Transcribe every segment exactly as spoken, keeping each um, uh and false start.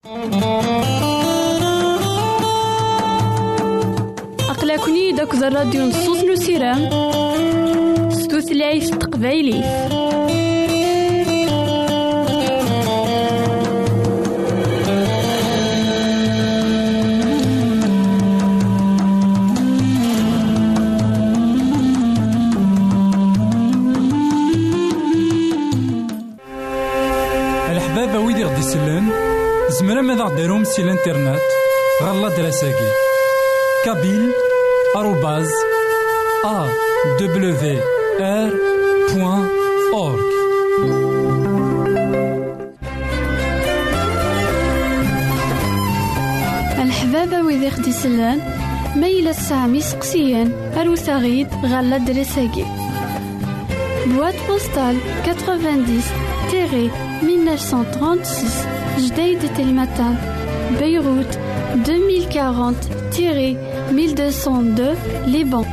أقلكني داك الراديو نصوص نسيرام ستوثلايف تقبايلي. الحبابة ويدي غدي يسلن زمرا ماذا غديرهم سي الانترنت غالا دراساكي كابيل آروباز أ دبليو آر بوان أورك. الحبابة ويدي غدي يسلن ميلا سامي سقسيان أروساغيد غالا دراساكي boîte postale quatre-vingt-dix mille neuf cent trente-six Jdeï de Telmatan, Beyrouth deux mille quarante mille deux cent deux Liban.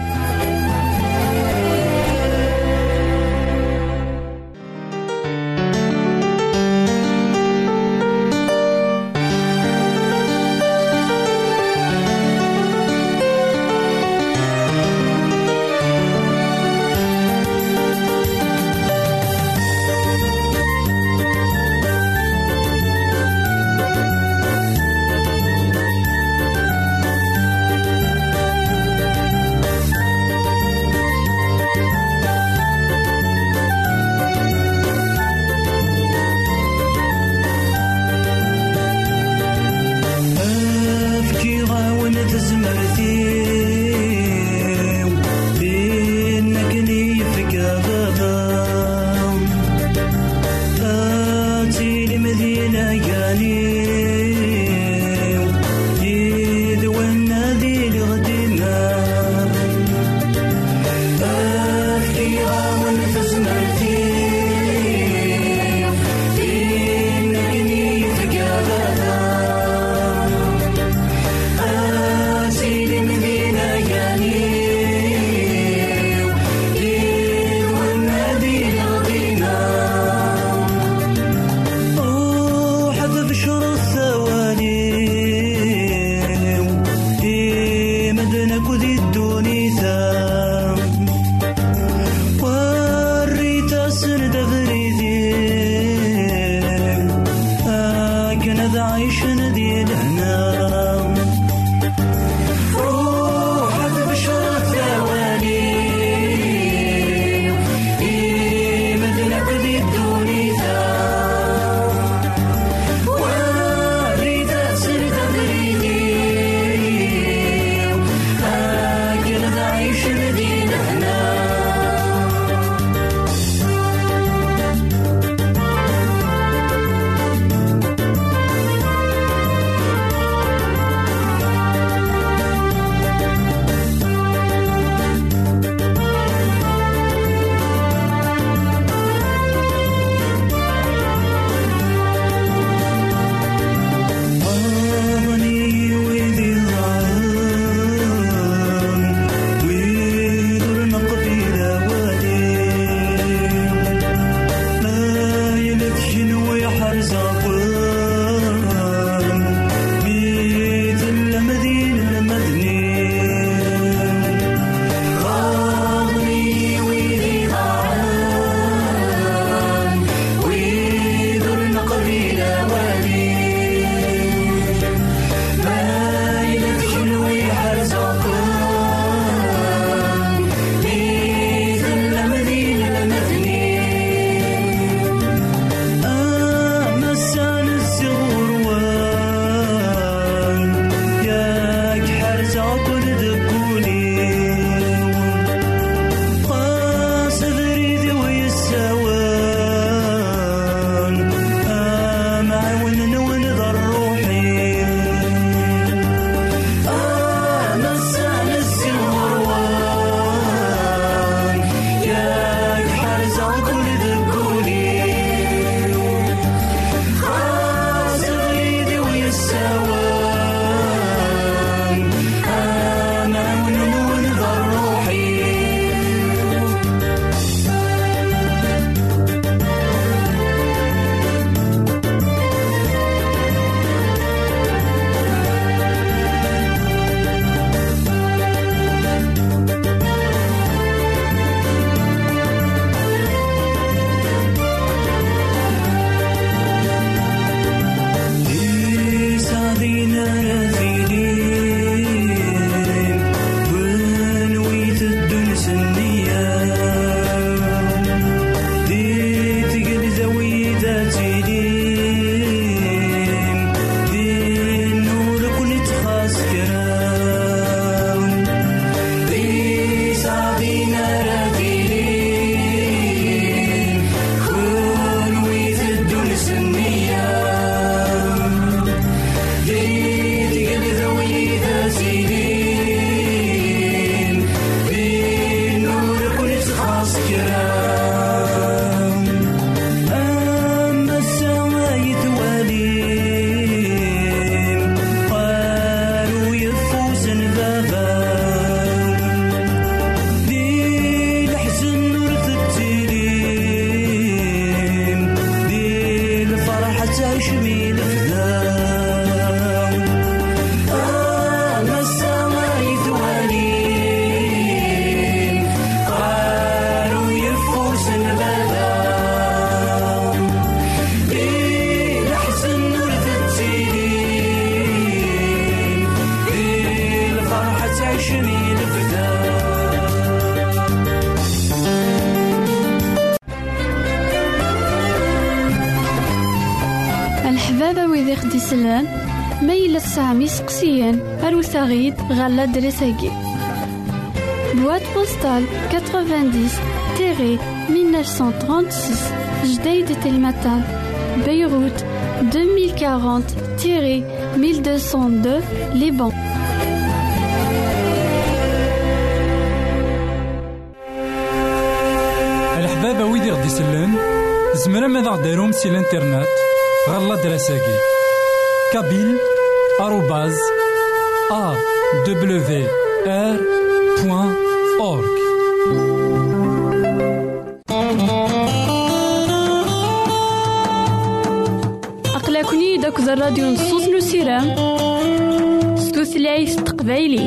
ديسلان ميل السامي سقسيان أروساغيد غالا دريساكي. Boîte postale quatre-vingt-dix mille neuf cent trente-six Jdeï de Telmatan, Beyrouth deux mille quarante mille deux cent deux Liban. الحبابة ويدي غدي يسلن زمرا ماذا غديرهم سي الانترنت غالا دراساكي كابيل آروباز أ دبليو آر بوان أورك. أقلكني داك الراديو نصوص نسيرام ستوثلايف تقبايلي.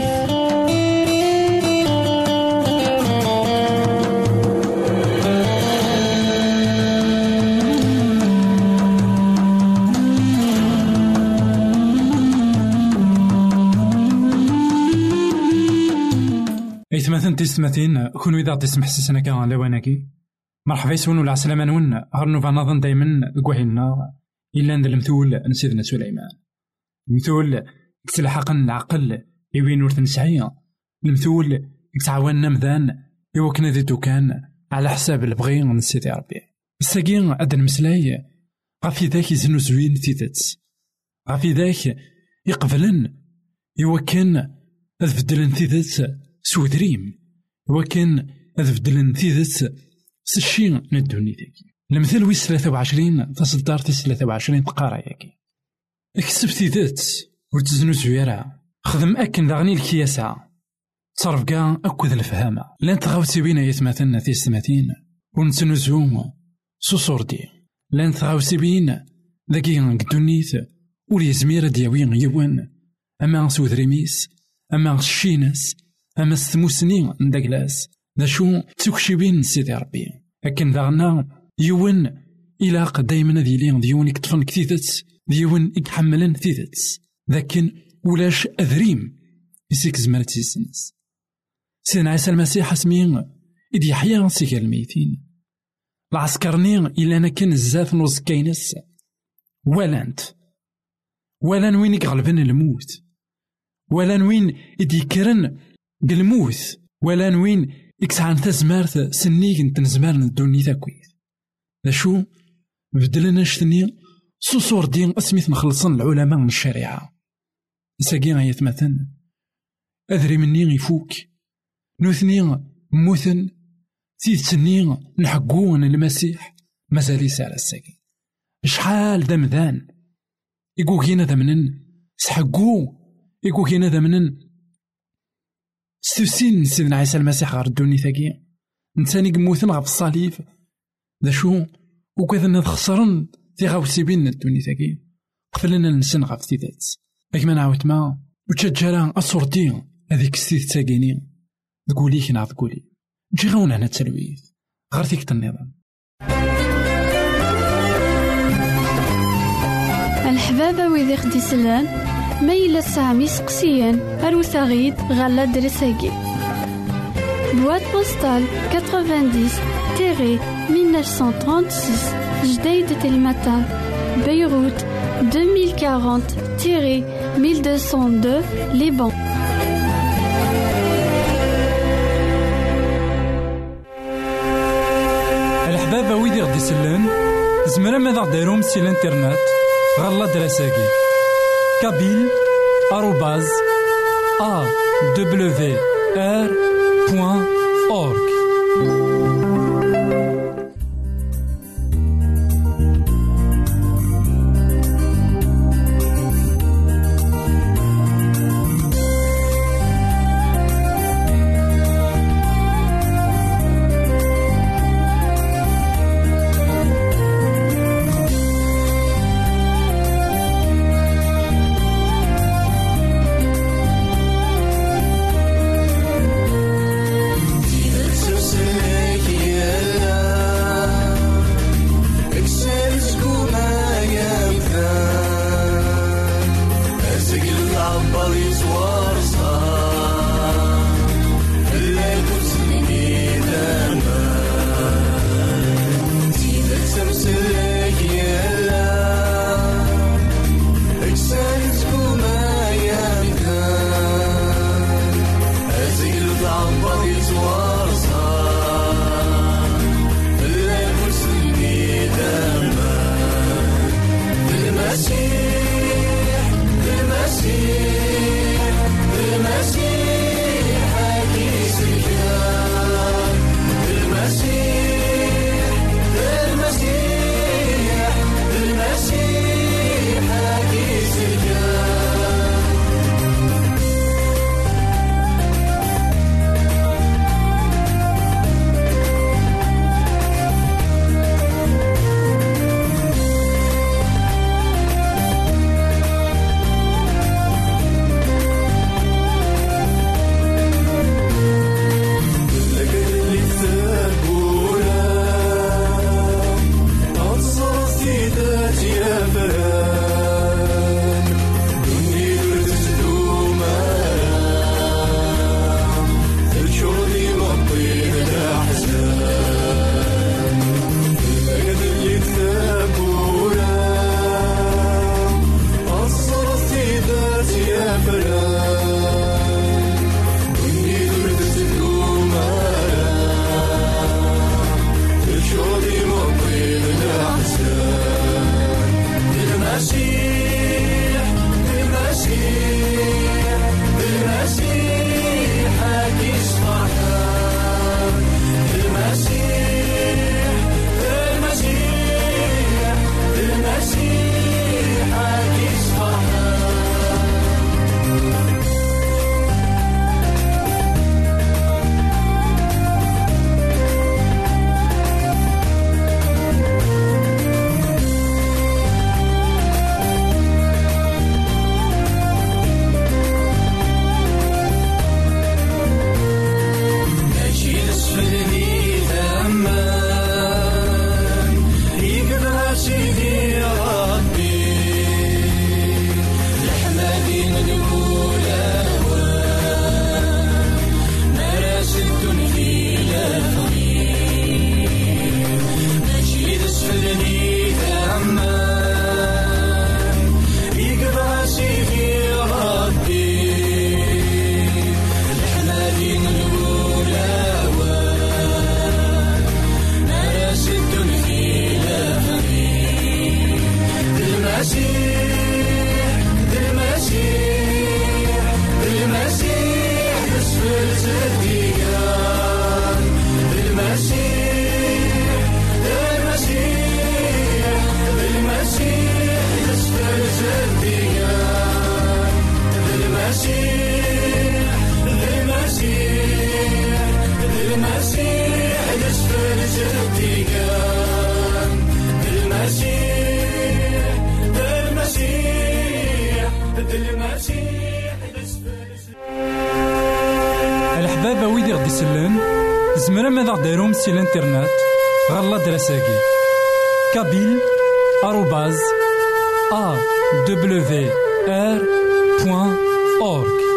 إثماثن تيستماثين كونو إذا تسمح سيسنا كان لواناكي مرحبا يسون ولا عسلامة نون غرنو فنظن دايما قوهينا إلا ند المثول نسيدنا سليمان. المثول كتلحق العقل يوين ورث نسعيا، المثول كتعاوننا مذان يوكنا ذيتو كان على حساب البغي من سيدي ربي. الساقين أدن مسلاي غافي ذاك يزنو زوين تيتت غافي ذاك يقبلن يوكن أذبدلن تيتت سودريم وكان أذبدلن تيدت سشين ندوني ذاكي. المثل ويس ثلاثة وعشرين تصدار تيس ثلاثة وعشرين تقارا ياكي اكسب تيدت وتزنو زويرا خدم أكن داغني الكياسة تصرف كاع أكد الفهامة لان تغاوتي بينا يتماثلنا تيس ثماثين ونتنزوم سوسور دي لان تغاوتي بينا ذاكي قدونيت ولي زميرة دياوين يوان أما سودريميس أما الشينس أما الثموسنين نداكلاس دا شو تسوكشي بين سيدي ربي لكن داغنا يوان إلاق دايما ديالين ديون يكتفن كتيتت ديون يحملن تيتت لكن ولاش أذريم يسيك زمرت يسنس سيدنا عيسى المسيح اسمين إدي يحيى سيكا الميتين العسكرنين إلا أنا كان الزاف نوز كاينس ولانت ولان وين يغلبن الموت ولان وين إدي كرن قلموث ولا نوين إكسعان تزمارت سنيك نتنزمار ندوني تاكويث ذا شو بدلنا نشتني سوسور دين اسميث مخلصن العلماء من الشريعة ساقين آيات مثلا أذري مني يفوك نوثني موثن تيد سنين نحقون المسيح مازال يسال الساقين شحال دمذان يقو كينا دمنن سحقو يقو كينا دمنن ستوسين سيدنا عيسى المسيح غير الدوني ثاقي نتاني قموثن غف الصليب ذا شو وكذا نخسرن في غاوسي بين الدوني ثاقي قفلنا نسن غف تيدات لكن ما نعاود ما وتشجرا أصورتي هذيك ستيت ثاقيني تقولي كنا تقولي نجي غاون هنا التلويث غير ثيك النظام. الحبابة ويدي خدي سلان ميل السامي سقسيان أروساغيد غالا دريساكي. Boîte postale quatre-vingt-dix mille neuf cent trente-six Jdeï de Telmatan, Beyrouth deux mille quarante mille deux cent deux Liban. الحبابة ويدي غدي يسلن زمرا ماذا غديرهم سي الانترنت غالا دراساكي كابيل آروباز أ دبليو آر بوان أورك. الحبابة ويدي غدي يسلن زمرا ماذا غديرهم سي الانترنت غالا دراساكي كابيل آروباز أ دبليو آر بوان أورك.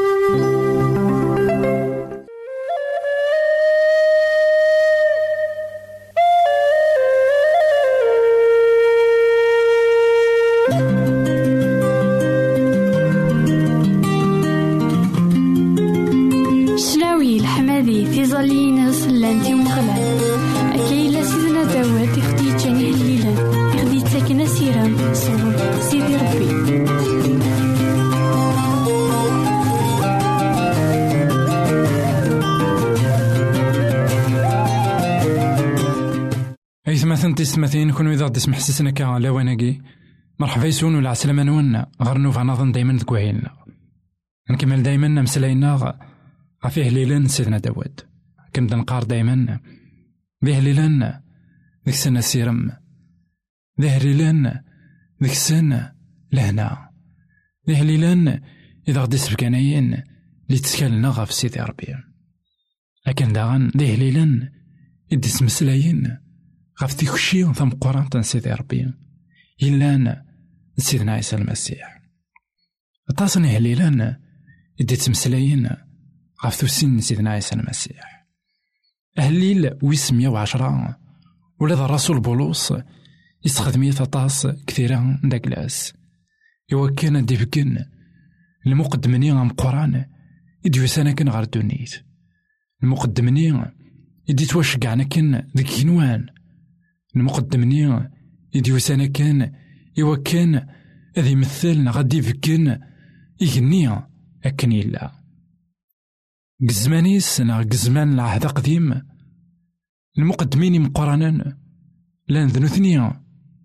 تسمثين كونو إذا غدي سمح سسنا كا لواناكي مرحبا يسون ولا عسلامة نون غير نوفا نظن دايما ذكوهيلنا نكمل دايما مسلاينا غفيه ليلان سيدنا داود كنبدا نقار دايما ذيه ليلان ذيك السنة سيرم ذيه ليلان ذيك السنة لهنا ذيه ليلان إذا غدي سبكانايين لي تسكالنا غف سيدي ربي لكن داغن ذيه ليلان يدي سمسلايين غف ديك الشي ثم قران تن سيدي ربي إلا سيدنا عيسى المسيح أطاسن هليلان يدي تمسلايين غف ثوسين سيدنا عيسى المسيح أهليل ويسمية وعشرة ولاد الرسول بولوس يستخدمية أطاس كثيرا داكلاس إوا كان ديفكن المقدمني غام قران يديو سانا كن غار دونيت المقدمني يدي تواشقعنا كن ذيك كنوان المقدمني يديو سانا كان إوا كان هذا يمثلنا غادي يفكن يغني أكن يلا قزمانيس نا قزمان العهد قديم المقدمين مقرانا لان ذنو ثنيا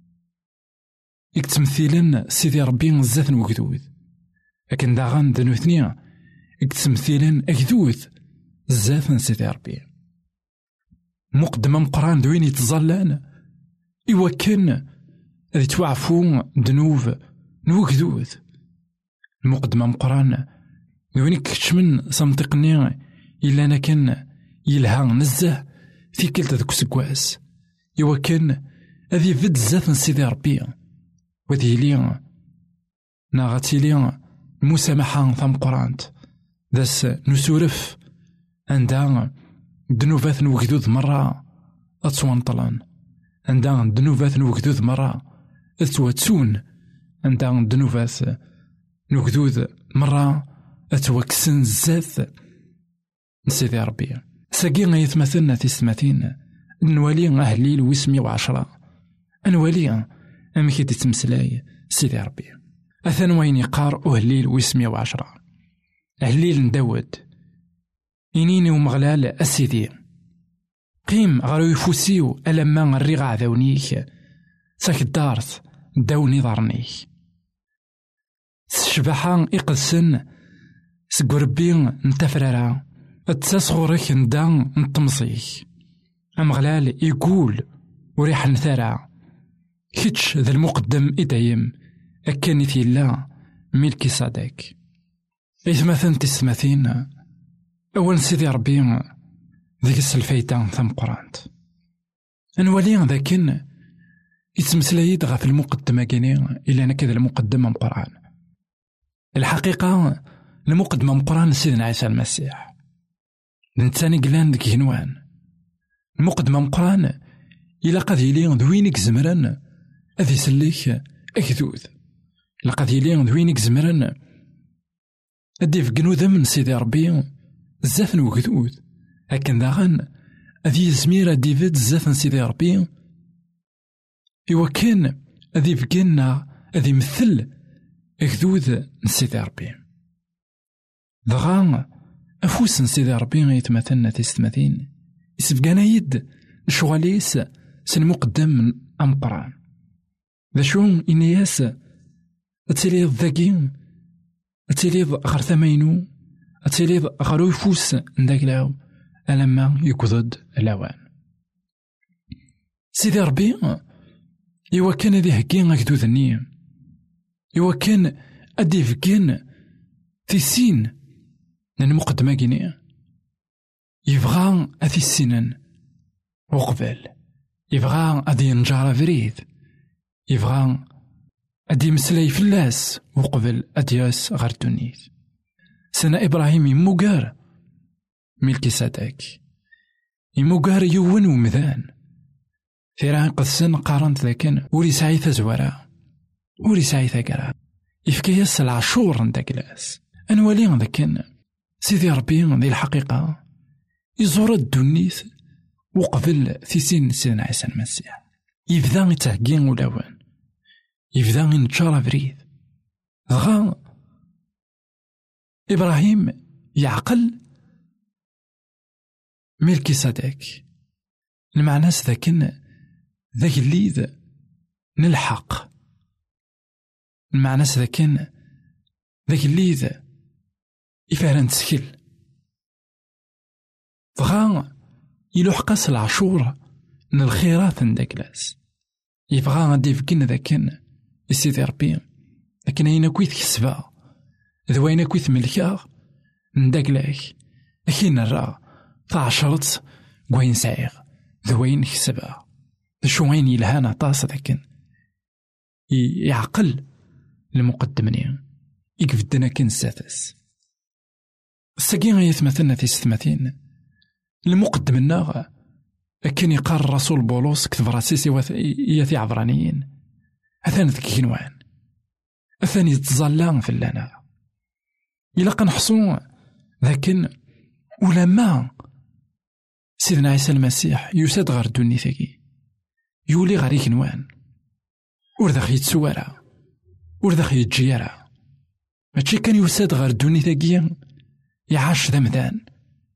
يكتمثيلن سيدي ربي زات وكذوذ لكن داغن ذنو ثنيا يكتمثيلن أكذوذ زات سيدي ربي مقدمة مقران دوين يتظلان إوا كان ذي توعفو دنوف نوكذوذ المقدمة مقران دوين كتشمن سمطقني إلا أنا كان يلها نزه في كلتا ذوك سكواس إوا كان هذي فد زات سيدي ربي وذي لي ناغتي لي المسامحة ثم قرانت داس نسورف عندها دنوفات نوكذوذ مرة أتصوان طلان عندها دنوفات نوكذوذ مرة أتواتسون عندها دنوفات نوكذوذ مرة أتوكسن زات نسيدي ربي. ساقي غيتمثلنا تيستماتين نولي أهليل ويسمي وعشرة أنولي أمكي تتمسلاي سيدي ربي. أثن وين يقار أهليل ويسمي وعشرة أهليل نداود إنيني ومغلال أسيدي قيم غارو يفوسيو ألما نريغ عذاونيك ساك دارت داوني ضارنيك الشبحان إقسن سقربين نتفررا التسغورك ندان نتمصيك أمغلال يقول وريح نثرى كتش ذا المقدم إدايم أكانت يلا ملكي صادك إثمثن تسمثين أول سيدي ربي ذيك السلفيتان ثم قرانت أنولي ذاكن يتمسلايد غا في المقدمة كيني إلا أنا كذا المقدمة مقران. الحقيقة المقدمة مقران سيدنا عيسى المسيح نتاني قلان ذيك هنوان المقدمة مقران إلا قد يلين ذوينك زمران أذي سليك أكذوذ إلا قد يلين ذوينك زمران أدي في قنوذ من سيدي ربي زافن وكذوذ هكذا داغن أذي زميرة ديفيد زافن سيدي ربي إوا كان أذي في قنا أذي مثل أكذوذ نسيدي ربي دغا أفوس نسيدي ربي غيتمثلنا تيستمثين يسبقانا يد شغاليس سنمقدم من أمقران ذا شون إنياس أتليض ذاكين أتليض غير ثمينو أتليض غير يفوس نداكلاو ألما يكذد الأوان سيدي ربي إوا كان ذي هكين أكدوذ النيم إوا كان أدي فكين في سين نمقدمة كينيا يبغى أذي السنن وقبل يبغى أدي نجار فريد يبغى أدي مسلاي فلاس وقبل أدياس غير دونيت سنة إبراهيم يموغار ملكي صداك يموغار يون ومذان ثيران قدسن قارنت ذاكن وري سعيثة زوارا وري سعيثة قرا يفكيس العشور نداكلاس أنوالي ذاكن سيدي ربي ذي الحقيقة يزور الدنيث وقبل في سن سيدنا عيسى المسيح يبدا يتهجين ولاوان يبدا ينتشر فريد غا إبراهيم يعقل ملكي صداك المعنى ذاكن ذاك الليذ نلحق المعنى ذاكن ذاك الليذ يفهرن تسكيل فغا يلوحقاس العشور من الخيرات نداكلاس يبغى غادي فكنا ذاكن يسيدي ربي لكن أين كويت كسبا ذوين كويت ملكا نداكلاك لكن الرا فعشرت كوين سعيغ ذوين كسبا شوين يلهانا طاس لكن يعقل المقدمين يكفدنا كن ساتس الساقين يتمثلنا في ستماتين المقدم الناغ لكن يقال الرسول بولس كتب راسيسي وياتي عبرانيين أثاني ذكينوان أثاني يتظلان في اللنا إلا قنحصو لكن ولما سيدنا عيسى المسيح يساد غير دوني ثقي يولي غير يكنوان وردخ يتسوارا وردخ يتجيارا ماشي كان يساد غير دوني ثقي يعاش ذمذان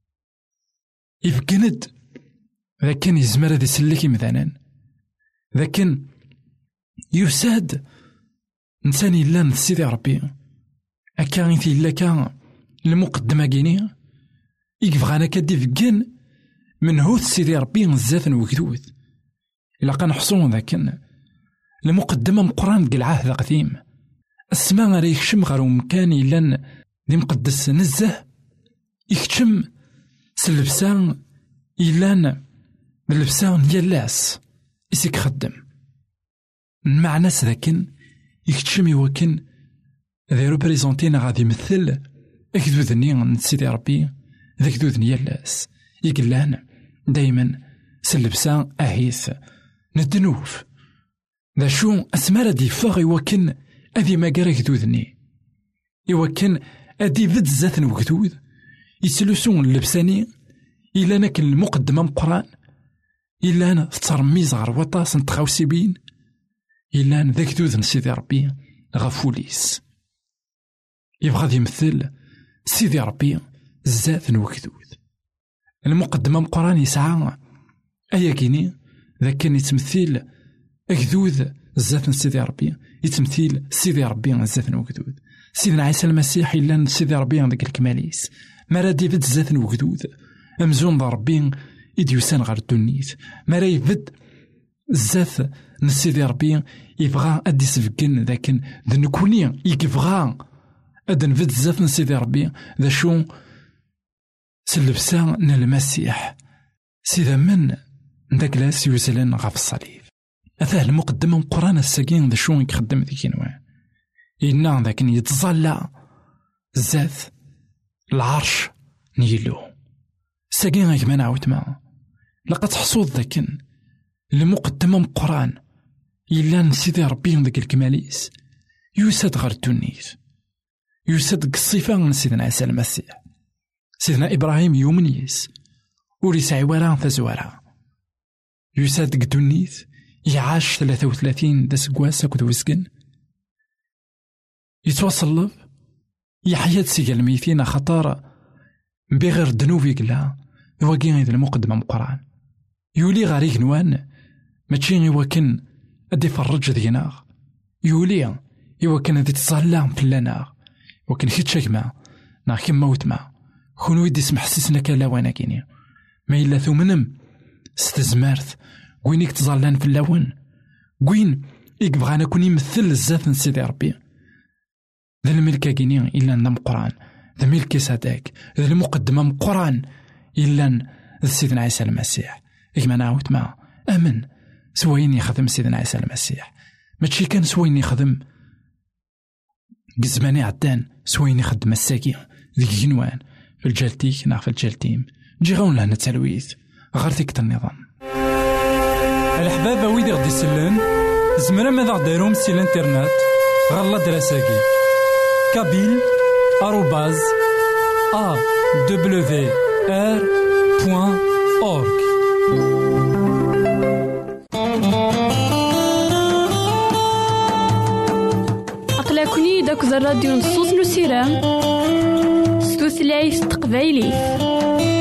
يفقند لكن يزمر ذي سلكي مثلا لكن يساد نساني لا نسيدي ربي أكا غيثي إلا كان المقدمة كيني يكفغانا كدي فقن من هوث سيدي ربي نزاثن وكذوث إلا كان حصون ذاكن المقدمة مقران قلعاه ذا قديم السماء غير يكشم غير مكان إلا ذي مقدس نزه يكشم سلبسان إلا باللبسان يلاس إسيك خدم معنى ذاكن يكتشم يوكن ذي روبريزونتين غادي يمثل أكدو ذني نسيدي ربي ذاك دو ذني يلاس يقلان دايما سلبسان أهيث ندنوف ذا شو أسمار دي فاغ يوكن أذي ما قرأ كدو ذني يوكن أدي فد زات وقتود يسلسون اللبساني إلا أنا كن المقدمة مقران إلا أنا ترميز غير وطاس نتخاوسي بين إلا أنا ذاك ذوذ سيدي ربي غفوليس يبغى يمثل سيدي ربي زات وقتود. المقدمة مقران يسعى أيا كيني ذاك كان يتمثل أكذوذ زات سيدي ربي يتمثيل سيدي ربي زات وقتود. سيدنا عيسى المسيح إلا سيدي ربي ذاك الكماليس مرا ديفيد زات وقتود أمزون ذا ربي إديوسان غير الدنيت مرا يفد زات نسيدي ربي يبغى أدي سفكن ذاكن ذا نكوني يبغى أدن فد زات نسيدي ربي ذا شو سلبسا المسيح سيدا من ذاك لاس يوزلن غاف الصليب. أثاه المقدمة مقرانة الساقين ذا شو يخدم ذيك نوع إنا ذاك يتظلى زات العرش نيلو ساقين غيك ما نعاود معه لقد حصود ذاكن المقدمة مقران إلا نسيدي ربي ذاك الكماليس يوسد غير الدنيت يوسد الصفة من سيدنا عيسى المسيح. سيدنا إبراهيم يومنيس وريسعي ورا تزوارا يوسد الدنيت يعاش ثلاثة وثلاثين داس كواسا كدو وسكن يتوصل يحيا تسيقى الميتين خطارة بغير دنوفي قلا يواقين هذا المقدمة مقران يولي غاريك نوان ماشي يواكن أدي فرج ذيناغ يولي يواكن أدي تصالى فلانا وكن خيت شاكما نا كيما وتما خونو يدي سمح سيسنا كالا وانا كيني ما إلا ثمنم ستزمارت وينيك تظلان في اللون وين يبغانا كون يمثل الزات نسيدي ربي ذا الملكة كيني إلا ندم قران ذا ملكي ساداك ذا المقدمة مقران إلا سيدنا عيسى المسيح كما نعاود ما أمن سوين يخدم سيدنا عيسى المسيح ماشي كان سوين يخدم قزماني عدان سوين يخدم الساقي ذيك جنوان في الجالتيك نا في الجالتيم جي غون لهنا تلويث غير تيك النظام. الحبابة ويدي غدي سلان زمرا ماذا غديرهم سي الانترنت غالا دراساكي كابيل آروباز أ دبليو آر بوان أورك. أقلكني داك الراديو نصوص نسيران ستوثلايف تقبايلي